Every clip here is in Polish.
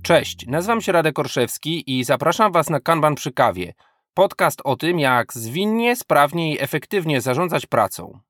Cześć, nazywam się Radek Orszewski i zapraszam Was na Kanban przy kawie. Podcast o tym, jak zwinnie, sprawnie i efektywnie zarządzać pracą.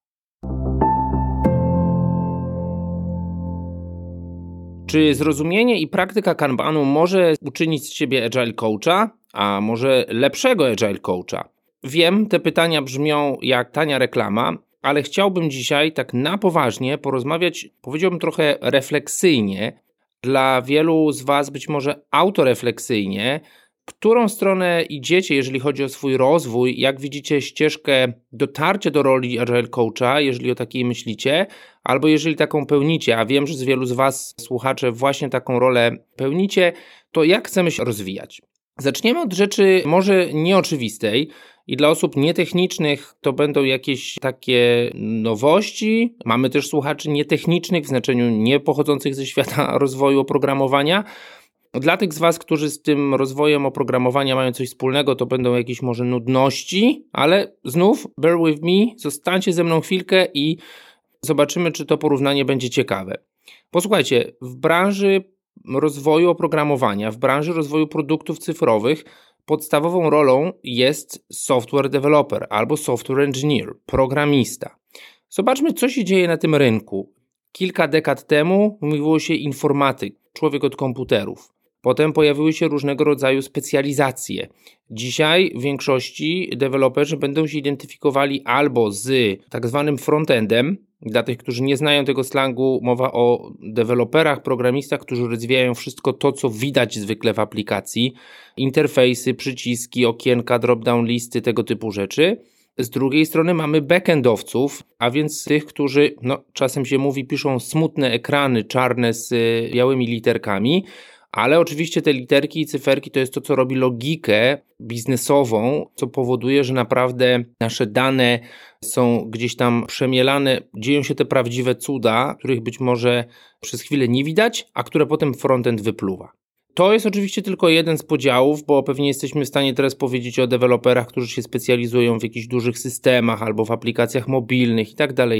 Czy zrozumienie i praktyka Kanbanu może uczynić z Ciebie Agile Coacha, a może lepszego Agile Coacha? Wiem, te pytania brzmią jak tania reklama, ale chciałbym dzisiaj tak na poważnie porozmawiać, powiedziałbym trochę refleksyjnie, dla wielu z Was być może autorefleksyjnie, którą stronę idziecie, jeżeli chodzi o swój rozwój, jak widzicie ścieżkę dotarcia do roli Agile Coacha, jeżeli o takiej myślicie, albo jeżeli taką pełnicie, a wiem, że z wielu z Was, słuchacze, właśnie taką rolę pełnicie, to jak chcemy się rozwijać? Zaczniemy od rzeczy może nieoczywistej i dla osób nietechnicznych to będą jakieś takie nowości. Mamy też słuchaczy nietechnicznych w znaczeniu nie pochodzących ze świata rozwoju oprogramowania. Dla tych z Was, którzy z tym rozwojem oprogramowania mają coś wspólnego, to będą jakieś może nudności, ale znów bear with me, zostańcie ze mną chwilkę i zobaczymy, czy to porównanie będzie ciekawe. Posłuchajcie, w branży rozwoju oprogramowania, w branży rozwoju produktów cyfrowych podstawową rolą jest software developer albo software engineer, programista. Zobaczmy, co się dzieje na tym rynku. Kilka dekad temu mówiło się informatyk, człowiek od komputerów. Potem pojawiły się różnego rodzaju specjalizacje. Dzisiaj w większości deweloperzy będą się identyfikowali albo z tak zwanym frontendem. Dla tych, którzy nie znają tego slangu, mowa o deweloperach, programistach, którzy rozwijają wszystko to, co widać zwykle w aplikacji. Interfejsy, przyciski, okienka, drop-down listy, tego typu rzeczy. Z drugiej strony mamy backendowców, a więc tych, którzy, czasem się mówi, piszą smutne ekrany czarne z białymi literkami, ale oczywiście te literki i cyferki to jest to, co robi logikę biznesową, co powoduje, że naprawdę nasze dane są gdzieś tam przemielane, dzieją się te prawdziwe cuda, których być może przez chwilę nie widać, a które potem frontend wypluwa. To jest oczywiście tylko jeden z podziałów, bo pewnie jesteśmy w stanie teraz powiedzieć o deweloperach, którzy się specjalizują w jakichś dużych systemach albo w aplikacjach mobilnych itd.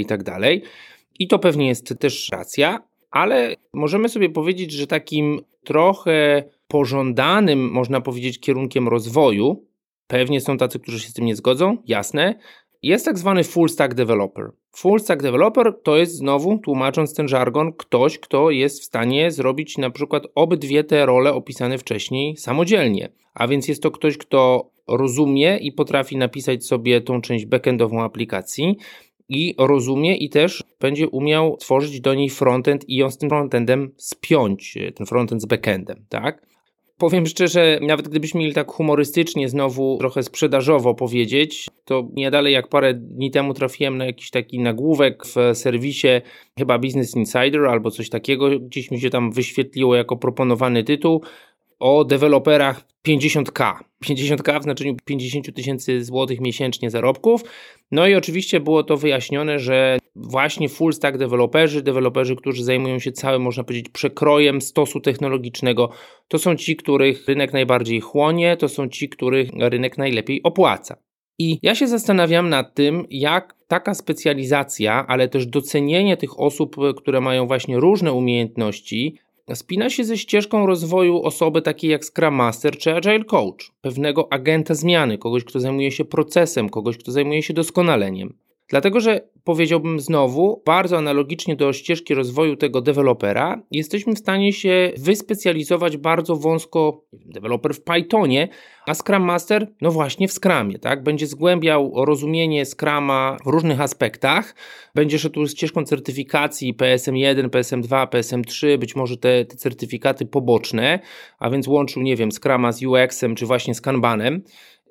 I to pewnie jest też racja, ale możemy sobie powiedzieć, że takim trochę pożądanym, można powiedzieć, kierunkiem rozwoju, pewnie są tacy, którzy się z tym nie zgodzą, jasne, jest tak zwany full stack developer. Full stack developer to jest znowu, tłumacząc ten żargon, ktoś, kto jest w stanie zrobić na przykład obydwie te role opisane wcześniej samodzielnie. A więc jest to ktoś, kto rozumie i potrafi napisać sobie tą część backendową aplikacji i rozumie i też będzie umiał tworzyć do niej frontend i ją z tym frontendem spiąć, ten frontend z backendem, tak? Powiem szczerze, nawet gdybyśmy mieli tak humorystycznie znowu trochę sprzedażowo powiedzieć, to nie dalej jak parę dni temu trafiłem na jakiś taki nagłówek w serwisie chyba Business Insider albo coś takiego, gdzieś mi się tam wyświetliło jako proponowany tytuł o deweloperach 50K. 50K w znaczeniu 50 000 złotych miesięcznie zarobków. No i oczywiście było to wyjaśnione, że właśnie full stack deweloperzy, którzy zajmują się całym, można powiedzieć, przekrojem stosu technologicznego, to są ci, których rynek najbardziej chłonie, to są ci, których rynek najlepiej opłaca. I ja się zastanawiam nad tym, jak taka specjalizacja, ale też docenienie tych osób, które mają właśnie różne umiejętności, spina się ze ścieżką rozwoju osoby takiej jak Scrum Master czy Agile Coach, pewnego agenta zmiany, kogoś, kto zajmuje się procesem, kogoś, kto zajmuje się doskonaleniem. Dlatego, że powiedziałbym znowu, bardzo analogicznie do ścieżki rozwoju tego dewelopera, jesteśmy w stanie się wyspecjalizować bardzo wąsko, deweloper w Pythonie, a Scrum Master, no właśnie w Scrumie, tak? Będzie zgłębiał rozumienie Scruma w różnych aspektach, będzie szedł ścieżką certyfikacji PSM1, PSM2, PSM3, być może te certyfikaty poboczne, a więc łączył, Scruma z UX-em czy właśnie z Kanbanem.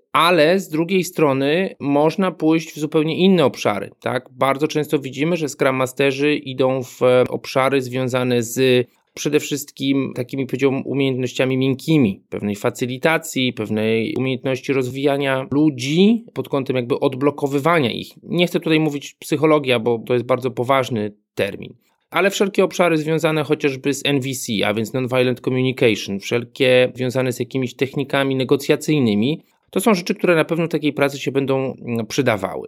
Ale z drugiej strony można pójść w zupełnie inne obszary, tak? Bardzo często widzimy, że Scrum Masterzy idą w obszary związane z przede wszystkim takimi, powiedziałbym, umiejętnościami miękkimi, pewnej facylitacji, pewnej umiejętności rozwijania ludzi pod kątem jakby odblokowywania ich. Nie chcę tutaj mówić psychologia, bo to jest bardzo poważny termin. Ale wszelkie obszary związane chociażby z NVC, a więc Nonviolent Communication, wszelkie związane z jakimiś technikami negocjacyjnymi, to są rzeczy, które na pewno takiej pracy się będą przydawały.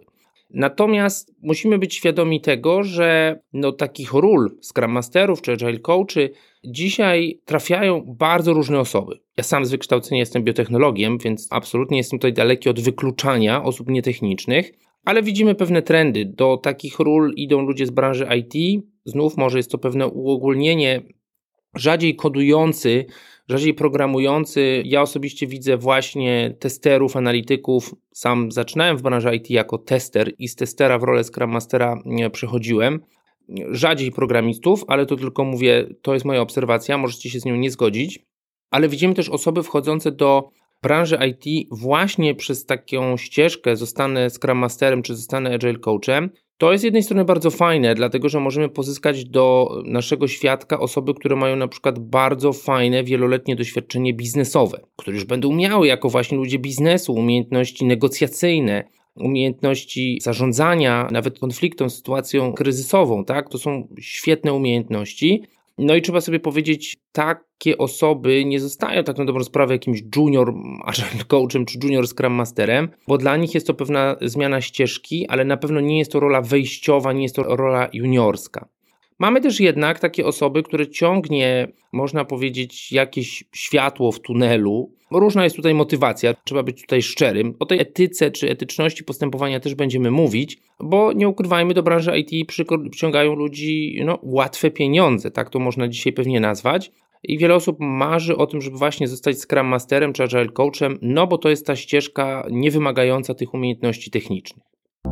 Natomiast musimy być świadomi tego, że takich ról Scrum Masterów czy Agile Coachy dzisiaj trafiają bardzo różne osoby. Ja sam z wykształcenia jestem biotechnologiem, więc absolutnie jestem tutaj daleki od wykluczania osób nietechnicznych, ale widzimy pewne trendy. Do takich ról idą ludzie z branży IT. Znów może jest to pewne uogólnienie, rzadziej kodujący, rzadziej programujący. Ja osobiście widzę właśnie testerów, analityków. Sam zaczynałem w branży IT jako tester i z testera w rolę Scrum Mastera przechodziłem. Rzadziej programistów, ale to tylko mówię, to jest moja obserwacja, możecie się z nią nie zgodzić. Ale widzimy też osoby wchodzące do branży IT właśnie przez taką ścieżkę, zostanę Scrum Masterem czy zostanę Agile Coachem. To jest z jednej strony bardzo fajne, dlatego że możemy pozyskać do naszego świadka osoby, które mają na przykład bardzo fajne, wieloletnie doświadczenie biznesowe, które już będą miały jako właśnie ludzie biznesu umiejętności negocjacyjne, umiejętności zarządzania nawet konfliktem, sytuacją kryzysową, tak? To są świetne umiejętności. No i trzeba sobie powiedzieć, takie osoby nie zostają tak na dobrą sprawę jakimś junior agile coachem czy junior scrum masterem, bo dla nich jest to pewna zmiana ścieżki, ale na pewno nie jest to rola wejściowa, nie jest to rola juniorska. Mamy też jednak takie osoby, które ciągnie, można powiedzieć, jakieś światło w tunelu. Różna jest tutaj motywacja, trzeba być tutaj szczerym. O tej etyce czy etyczności postępowania też będziemy mówić, bo nie ukrywajmy, do branży IT przyciągają ludzi łatwe pieniądze, tak to można dzisiaj pewnie nazwać. I wiele osób marzy o tym, żeby właśnie zostać Scrum Masterem czy Agile Coachem, bo to jest ta ścieżka niewymagająca tych umiejętności technicznych.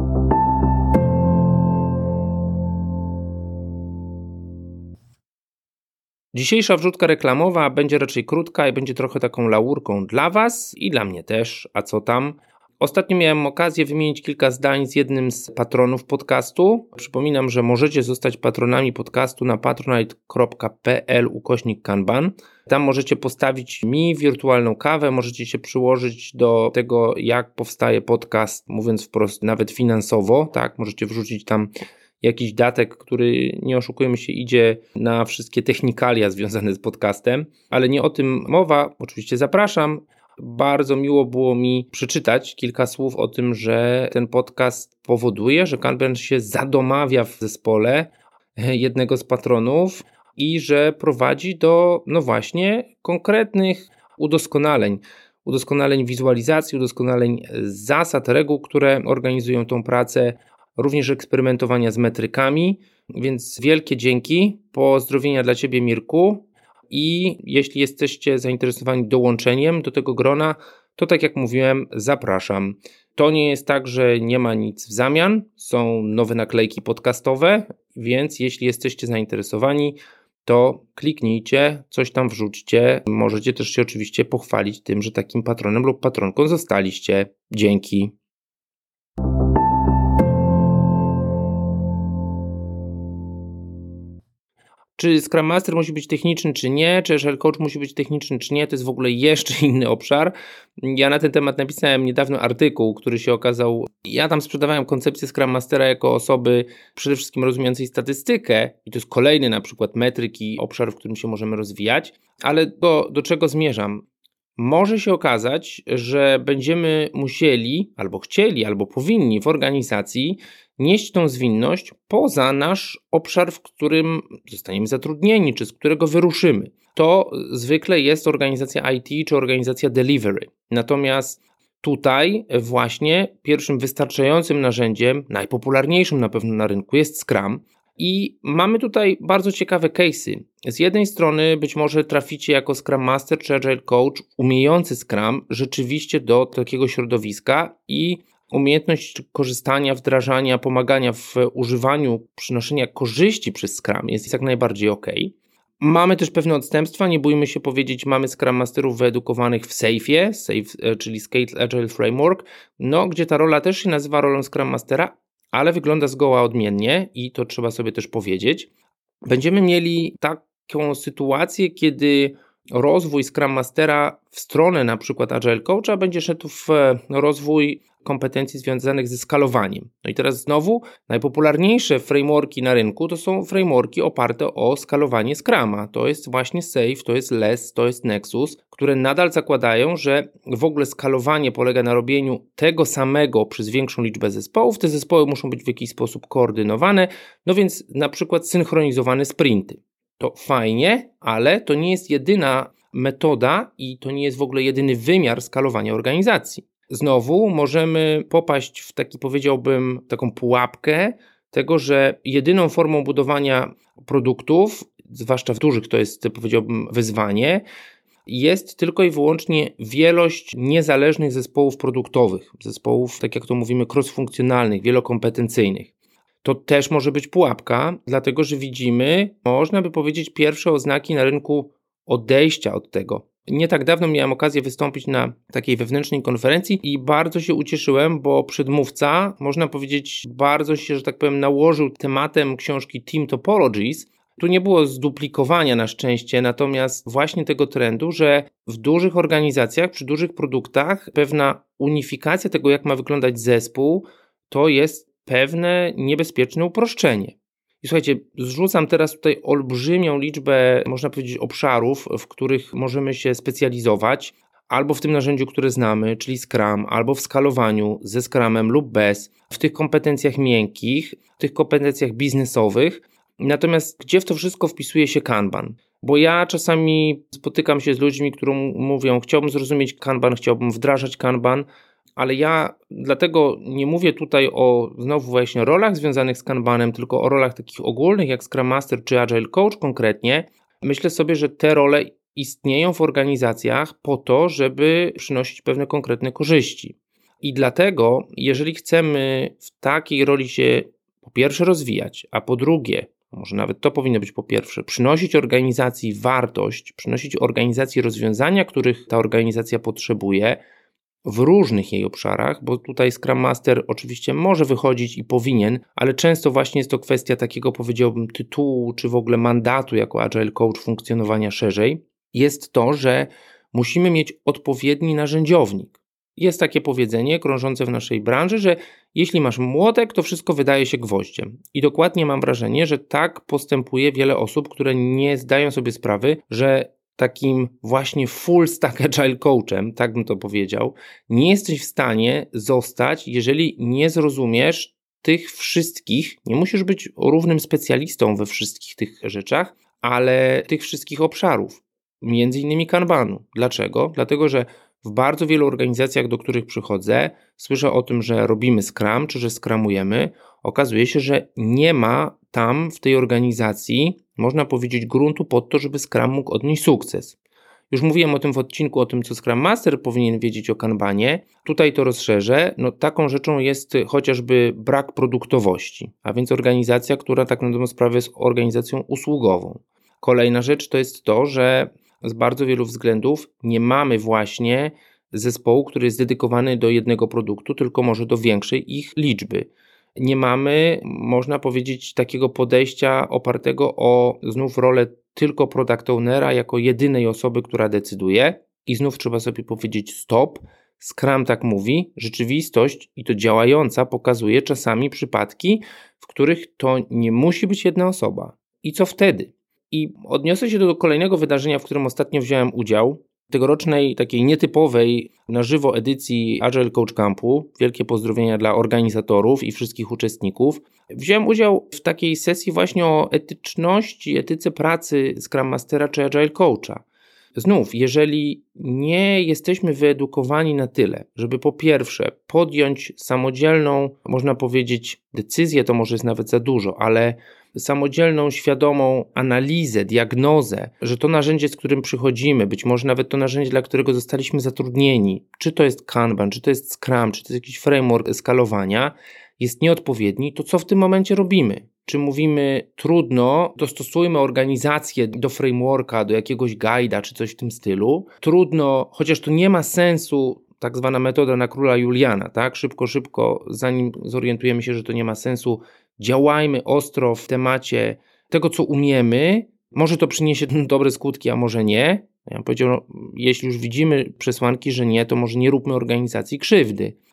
Dzisiejsza wrzutka reklamowa będzie raczej krótka i będzie trochę taką laurką dla Was i dla mnie też, a co tam. Ostatnio miałem okazję wymienić kilka zdań z jednym z patronów podcastu. Przypominam, że możecie zostać patronami podcastu na patronite.pl/kanban. Tam możecie postawić mi wirtualną kawę, możecie się przyłożyć do tego, jak powstaje podcast, mówiąc wprost, nawet finansowo, tak, możecie wrzucić tam jakiś datek, który, nie oszukujmy się, idzie na wszystkie technikalia związane z podcastem, ale nie o tym mowa. Oczywiście zapraszam. Bardzo miło było mi przeczytać kilka słów o tym, że ten podcast powoduje, że Kanban się zadomawia w zespole jednego z patronów i że prowadzi do, właśnie, konkretnych udoskonaleń wizualizacji, udoskonaleń zasad, reguł, które organizują tą pracę, również eksperymentowania z metrykami, więc wielkie dzięki, pozdrowienia dla Ciebie, Mirku, i jeśli jesteście zainteresowani dołączeniem do tego grona, to tak jak mówiłem, zapraszam. To nie jest tak, że nie ma nic w zamian, są nowe naklejki podcastowe, więc jeśli jesteście zainteresowani, to kliknijcie, coś tam wrzućcie. Możecie też się oczywiście pochwalić tym, że takim patronem lub patronką zostaliście. Dzięki. Czy Scrum Master musi być techniczny, czy nie? Czy Agile Coach musi być techniczny, czy nie? To jest w ogóle jeszcze inny obszar. Ja na ten temat napisałem niedawno artykuł, który się okazał... Ja tam sprzedawałem koncepcję Scrum Mastera jako osoby przede wszystkim rozumiejącej statystykę i to jest kolejny na przykład metryk i obszar, w którym się możemy rozwijać. Ale do czego zmierzam? Może się okazać, że będziemy musieli, albo chcieli, albo powinni w organizacji nieść tą zwinność poza nasz obszar, w którym zostaniemy zatrudnieni, czy z którego wyruszymy. To zwykle jest organizacja IT, czy organizacja delivery. Natomiast tutaj właśnie pierwszym wystarczającym narzędziem, najpopularniejszym na pewno na rynku, jest Scrum. I mamy tutaj bardzo ciekawe case'y. Z jednej strony być może traficie jako Scrum Master czy Agile Coach umiejący Scrum rzeczywiście do takiego środowiska i umiejętność korzystania, wdrażania, pomagania w używaniu, przynoszenia korzyści przez Scrum jest jak najbardziej ok. Mamy też pewne odstępstwa, nie bójmy się powiedzieć, mamy Scrum Masterów wyedukowanych w SAFE, czyli Scaled Agile Framework, gdzie ta rola też się nazywa rolą Scrum Mastera, ale wygląda zgoła odmiennie i to trzeba sobie też powiedzieć. Będziemy mieli taką sytuację, kiedy rozwój Scrum Mastera w stronę na przykład Agile Coacha będzie szedł w rozwój kompetencji związanych ze skalowaniem. No i teraz znowu najpopularniejsze frameworki na rynku to są frameworki oparte o skalowanie Scruma. To jest właśnie SAFe, to jest LeSS, to jest Nexus, które nadal zakładają, że w ogóle skalowanie polega na robieniu tego samego przez większą liczbę zespołów. Te zespoły muszą być w jakiś sposób koordynowane, no więc na przykład synchronizowane sprinty. To fajnie, ale to nie jest jedyna metoda i to nie jest w ogóle jedyny wymiar skalowania organizacji. Znowu możemy popaść w taki, powiedziałbym, taką pułapkę tego, że jedyną formą budowania produktów, zwłaszcza w dużych, to jest, powiedziałbym, wyzwanie, jest tylko i wyłącznie wielość niezależnych zespołów produktowych, zespołów, tak jak to mówimy, cross-funkcjonalnych, wielokompetencyjnych. To też może być pułapka, dlatego że widzimy, można by powiedzieć, pierwsze oznaki na rynku odejścia od tego. Nie tak dawno miałem okazję wystąpić na takiej wewnętrznej konferencji i bardzo się ucieszyłem, bo przedmówca, można powiedzieć, bardzo się, że tak powiem, nałożył tematem książki Team Topologies. Tu nie było zduplikowania na szczęście, natomiast właśnie tego trendu, że w dużych organizacjach, przy dużych produktach pewna unifikacja tego, jak ma wyglądać zespół, to jest pewne niebezpieczne uproszczenie. I słuchajcie, zrzucam teraz tutaj olbrzymią liczbę, można powiedzieć, obszarów, w których możemy się specjalizować, albo w tym narzędziu, które znamy, czyli Scrum, albo w skalowaniu ze Scrumem lub bez, w tych kompetencjach miękkich, w tych kompetencjach biznesowych. Natomiast gdzie w to wszystko wpisuje się Kanban? Bo ja czasami spotykam się z ludźmi, którzy mówią, chciałbym zrozumieć Kanban, chciałbym wdrażać Kanban, ale ja dlatego nie mówię tutaj o znowu właśnie rolach związanych z Kanbanem, tylko o rolach takich ogólnych jak Scrum Master czy Agile Coach konkretnie. Myślę sobie, że te role istnieją w organizacjach po to, żeby przynosić pewne konkretne korzyści. I dlatego, jeżeli chcemy w takiej roli się po pierwsze rozwijać, a po drugie, może nawet to powinno być po pierwsze, przynosić organizacji wartość, przynosić organizacji rozwiązania, których ta organizacja potrzebuje, w różnych jej obszarach, bo tutaj Scrum Master oczywiście może wychodzić i powinien, ale często właśnie jest to kwestia takiego, powiedziałbym, tytułu, czy w ogóle mandatu jako Agile Coach funkcjonowania szerzej, jest to, że musimy mieć odpowiedni narzędziownik. Jest takie powiedzenie krążące w naszej branży, że jeśli masz młotek, to wszystko wydaje się gwoździem. I dokładnie mam wrażenie, że tak postępuje wiele osób, które nie zdają sobie sprawy, że takim właśnie full stack agile coachem, tak bym to powiedział, nie jesteś w stanie zostać, jeżeli nie zrozumiesz tych wszystkich, nie musisz być równym specjalistą we wszystkich tych rzeczach, ale tych wszystkich obszarów, między innymi Kanbanu. Dlaczego? Dlatego, że w bardzo wielu organizacjach, do których przychodzę, słyszę o tym, że robimy Scrum, czy że scrumujemy. Okazuje się, że nie ma tam w tej organizacji, można powiedzieć, gruntu pod to, żeby Scrum mógł odnieść sukces. Już mówiłem o tym w odcinku, o tym, co Scrum Master powinien wiedzieć o Kanbanie. Tutaj to rozszerzę. Taką rzeczą jest chociażby brak produktowości, a więc organizacja, która tak na dobrą sprawę jest organizacją usługową. Kolejna rzecz to jest to, że z bardzo wielu względów nie mamy właśnie zespołu, który jest dedykowany do jednego produktu, tylko może do większej ich liczby. Nie mamy, można powiedzieć, takiego podejścia opartego o znów rolę tylko product ownera jako jedynej osoby, która decyduje. I znów trzeba sobie powiedzieć stop. Scrum tak mówi, rzeczywistość i to działająca pokazuje czasami przypadki, w których to nie musi być jedna osoba. I co wtedy? I odniosę się do kolejnego wydarzenia, w którym ostatnio wziąłem udział, tegorocznej takiej nietypowej na żywo edycji Agile Coach Campu. Wielkie pozdrowienia dla organizatorów i wszystkich uczestników. Wziąłem udział w takiej sesji właśnie o etyczności, etyce pracy Scrum Mastera czy Agile Coacha. Znów, jeżeli nie jesteśmy wyedukowani na tyle, żeby po pierwsze podjąć samodzielną, można powiedzieć, decyzję, to może jest nawet za dużo, ale samodzielną, świadomą analizę, diagnozę, że to narzędzie, z którym przychodzimy, być może nawet to narzędzie, dla którego zostaliśmy zatrudnieni, czy to jest Kanban, czy to jest Scrum, czy to jest jakiś framework skalowania, jest nieodpowiedni, to co w tym momencie robimy? Czy mówimy trudno, dostosujmy organizację do frameworka, do jakiegoś guida, czy coś w tym stylu. Trudno, chociaż to nie ma sensu, tak zwana metoda na króla Juliana, tak? Szybko, zanim zorientujemy się, że to nie ma sensu, działajmy ostro w temacie tego, co umiemy. Może to przyniesie dobre skutki, a może nie. Ja bym powiedział, jeśli już widzimy przesłanki, że nie, to może nie róbmy organizacji krzywdy.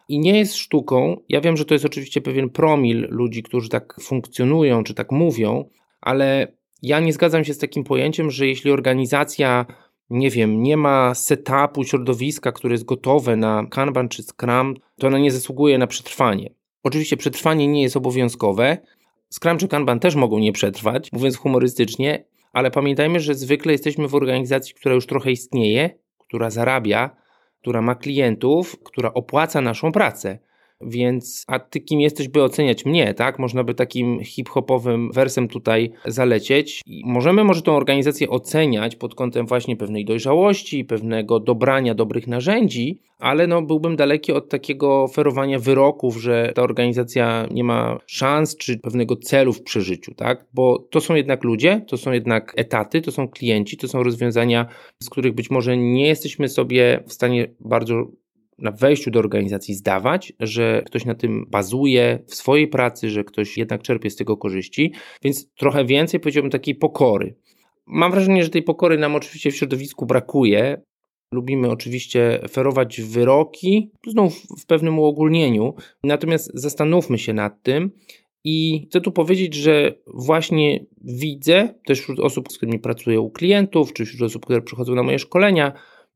I nie jest sztuką, ja wiem, że to jest oczywiście pewien promil ludzi, którzy tak funkcjonują, czy tak mówią, ale ja nie zgadzam się z takim pojęciem, że jeśli organizacja, nie wiem, nie ma setupu, środowiska, które jest gotowe na Kanban czy Scrum, to ona nie zasługuje na przetrwanie. Oczywiście przetrwanie nie jest obowiązkowe, Scrum czy Kanban też mogą nie przetrwać, mówiąc humorystycznie, ale pamiętajmy, że zwykle jesteśmy w organizacji, która już trochę istnieje, która zarabia, która ma klientów, która opłaca naszą pracę. Więc, a ty kim jesteś, by oceniać mnie, tak? Można by takim hip-hopowym wersem tutaj zalecieć. I możemy może tą organizację oceniać pod kątem właśnie pewnej dojrzałości, pewnego dobrania dobrych narzędzi, ale byłbym daleki od takiego oferowania wyroków, że ta organizacja nie ma szans czy pewnego celu w przeżyciu, tak? Bo to są jednak ludzie, to są jednak etaty, to są klienci, to są rozwiązania, z których być może nie jesteśmy sobie w stanie bardzo na wejściu do organizacji zdawać, że ktoś na tym bazuje w swojej pracy, że ktoś jednak czerpie z tego korzyści, więc trochę więcej, powiedziałbym, takiej pokory. Mam wrażenie, że tej pokory nam oczywiście w środowisku brakuje. Lubimy oczywiście ferować wyroki, znów w pewnym uogólnieniu, natomiast zastanówmy się nad tym i chcę tu powiedzieć, że właśnie widzę też wśród osób, z którymi pracuję u klientów, czy wśród osób, które przychodzą na moje szkolenia,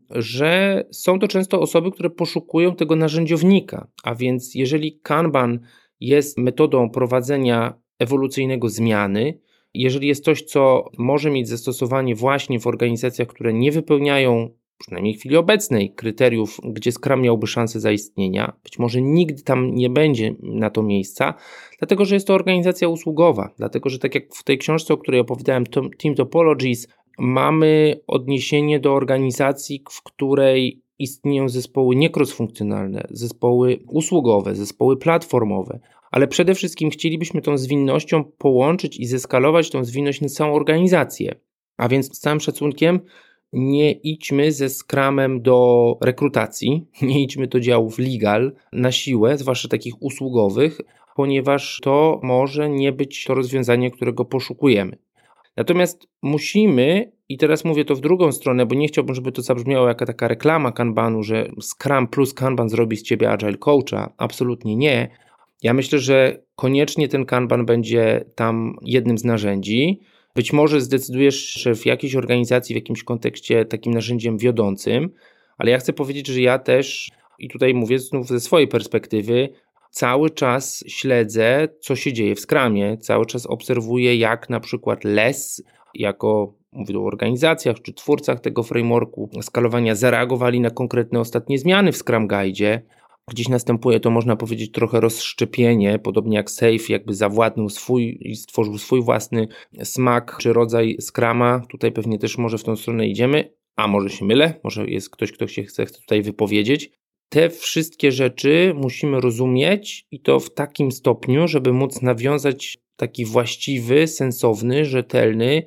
że są to często osoby, które poszukują tego narzędziownika, a więc jeżeli Kanban jest metodą prowadzenia ewolucyjnego zmiany, jeżeli jest coś, co może mieć zastosowanie właśnie w organizacjach, które nie wypełniają, przynajmniej w chwili obecnej, kryteriów, gdzie Scrum miałby szansę zaistnienia, być może nigdy tam nie będzie na to miejsca, dlatego że jest to organizacja usługowa, dlatego że tak jak w tej książce, o której opowiadałem, Team Topologies, mamy odniesienie do organizacji, w której istnieją zespoły nie cross-funkcjonalne, zespoły usługowe, zespoły platformowe, ale przede wszystkim chcielibyśmy tą zwinnością połączyć i zeskalować tą zwinność na całą organizację. A więc z całym szacunkiem nie idźmy ze Scrumem do rekrutacji, nie idźmy do działów legal na siłę, zwłaszcza takich usługowych, ponieważ to może nie być to rozwiązanie, którego poszukujemy. Natomiast musimy, i teraz mówię to w drugą stronę, bo nie chciałbym, żeby to zabrzmiało jaka taka reklama Kanbanu, że Scrum plus Kanban zrobi z ciebie Agile Coacha. Absolutnie nie. Ja myślę, że koniecznie ten Kanban będzie tam jednym z narzędzi. Być może zdecydujesz, że w jakiejś organizacji, w jakimś kontekście takim narzędziem wiodącym, ale ja chcę powiedzieć, że ja też, i tutaj mówię znów ze swojej perspektywy, cały czas śledzę, co się dzieje w Scrumie, cały czas obserwuję, jak na przykład LESS, jako mówię o organizacjach czy twórcach tego frameworku skalowania, zareagowali na konkretne ostatnie zmiany w Scrum Guide'zie. Gdzieś następuje to, można powiedzieć, trochę rozszczepienie, podobnie jak Safe jakby zawładnął i stworzył swój własny smak czy rodzaj Scruma. Tutaj pewnie też może w tą stronę idziemy, a może się mylę, może jest ktoś, kto się chce tutaj wypowiedzieć. Te wszystkie rzeczy musimy rozumieć i to w takim stopniu, żeby móc nawiązać taki właściwy, sensowny, rzetelny,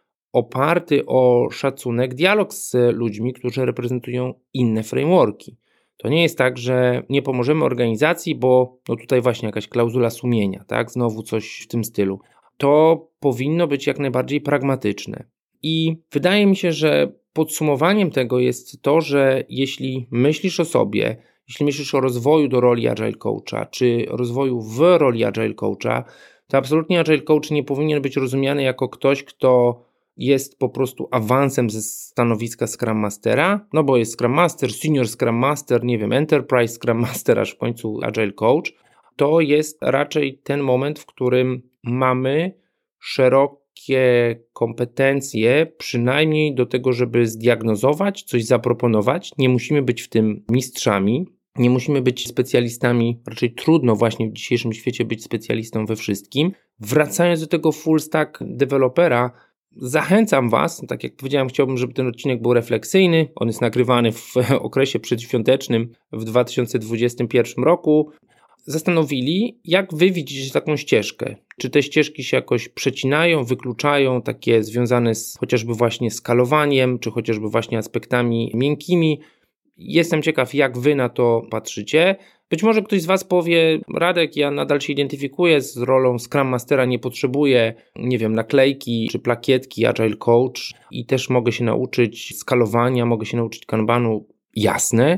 oparty o szacunek dialog z ludźmi, którzy reprezentują inne frameworki. To nie jest tak, że nie pomożemy organizacji, bo tutaj właśnie jakaś klauzula sumienia, tak? Znowu coś w tym stylu. To powinno być jak najbardziej pragmatyczne. I wydaje mi się, że podsumowaniem tego jest to, że jeśli myślisz o sobie, jeśli myślisz o rozwoju do roli Agile Coacha, czy rozwoju w roli Agile Coacha, to absolutnie Agile Coach nie powinien być rozumiany jako ktoś, kto jest po prostu awansem ze stanowiska Scrum Mastera, no bo jest Scrum Master, Senior Scrum Master, nie wiem, Enterprise Scrum Master, aż w końcu Agile Coach. To jest raczej ten moment, w którym mamy szerokie kompetencje, przynajmniej do tego, żeby zdiagnozować, coś zaproponować. Nie musimy być w tym mistrzami, nie musimy być specjalistami, raczej trudno właśnie w dzisiejszym świecie być specjalistą we wszystkim. Wracając do tego full stack dewelopera, zachęcam Was, tak jak powiedziałem, chciałbym, żeby ten odcinek był refleksyjny. On jest nagrywany w okresie przedświątecznym w 2021 roku. Zastanowili, jak Wy widzicie taką ścieżkę. Czy te ścieżki się jakoś przecinają, wykluczają, takie związane z chociażby właśnie skalowaniem, czy chociażby właśnie aspektami miękkimi. Jestem ciekaw, jak Wy na to patrzycie. Być może ktoś z Was powie, Radek, ja nadal się identyfikuję z rolą Scrum Mastera, nie potrzebuję, nie wiem, naklejki czy plakietki Agile Coach i też mogę się nauczyć skalowania, mogę się nauczyć Kanbanu. Jasne.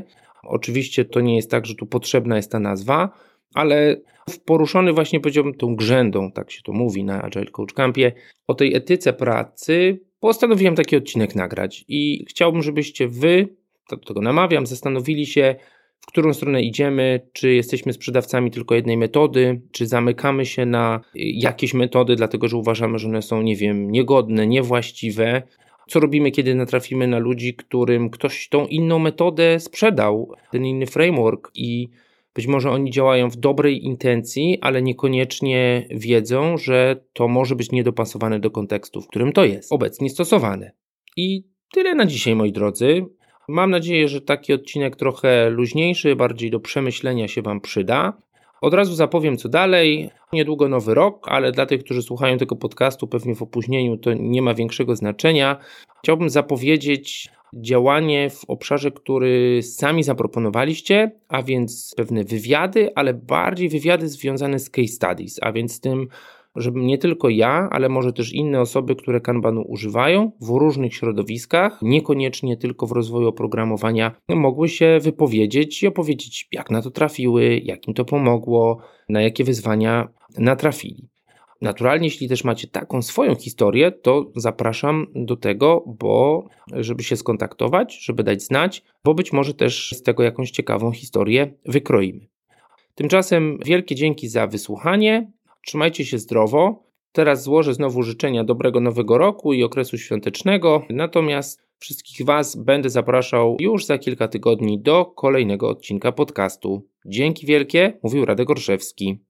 Oczywiście to nie jest tak, że tu potrzebna jest ta nazwa, ale poruszony właśnie, powiedziałbym, tą grzędą, tak się to mówi na Agile Coach Campie, o tej etyce pracy, postanowiłem taki odcinek nagrać i chciałbym, żebyście wy, do tego namawiam, zastanowili się, w którą stronę idziemy, czy jesteśmy sprzedawcami tylko jednej metody, czy zamykamy się na jakieś metody, dlatego że uważamy, że one są, niegodne, niewłaściwe. Co robimy, kiedy natrafimy na ludzi, którym ktoś tą inną metodę sprzedał, ten inny framework i być może oni działają w dobrej intencji, ale niekoniecznie wiedzą, że to może być niedopasowane do kontekstu, w którym to jest obecnie stosowane. I tyle na dzisiaj, moi drodzy. Mam nadzieję, że taki odcinek trochę luźniejszy, bardziej do przemyślenia się Wam przyda. Od razu zapowiem, co dalej. Niedługo nowy rok, ale dla tych, którzy słuchają tego podcastu pewnie w opóźnieniu, to nie ma większego znaczenia. Chciałbym zapowiedzieć działanie w obszarze, który sami zaproponowaliście, a więc pewne wywiady, ale bardziej wywiady związane z case studies, a więc tym, żeby nie tylko ja, ale może też inne osoby, które Kanbanu używają w różnych środowiskach, niekoniecznie tylko w rozwoju oprogramowania, mogły się wypowiedzieć i opowiedzieć, jak na to trafiły, jak im to pomogło, na jakie wyzwania natrafili. Naturalnie, jeśli też macie taką swoją historię, to zapraszam do tego, żeby się skontaktować, żeby dać znać, bo być może też z tego jakąś ciekawą historię wykroimy. Tymczasem wielkie dzięki za wysłuchanie. Trzymajcie się zdrowo. Teraz złożę znowu życzenia dobrego nowego roku i okresu świątecznego. Natomiast wszystkich Was będę zapraszał już za kilka tygodni do kolejnego odcinka podcastu. Dzięki wielkie, mówił Radek Orszewski.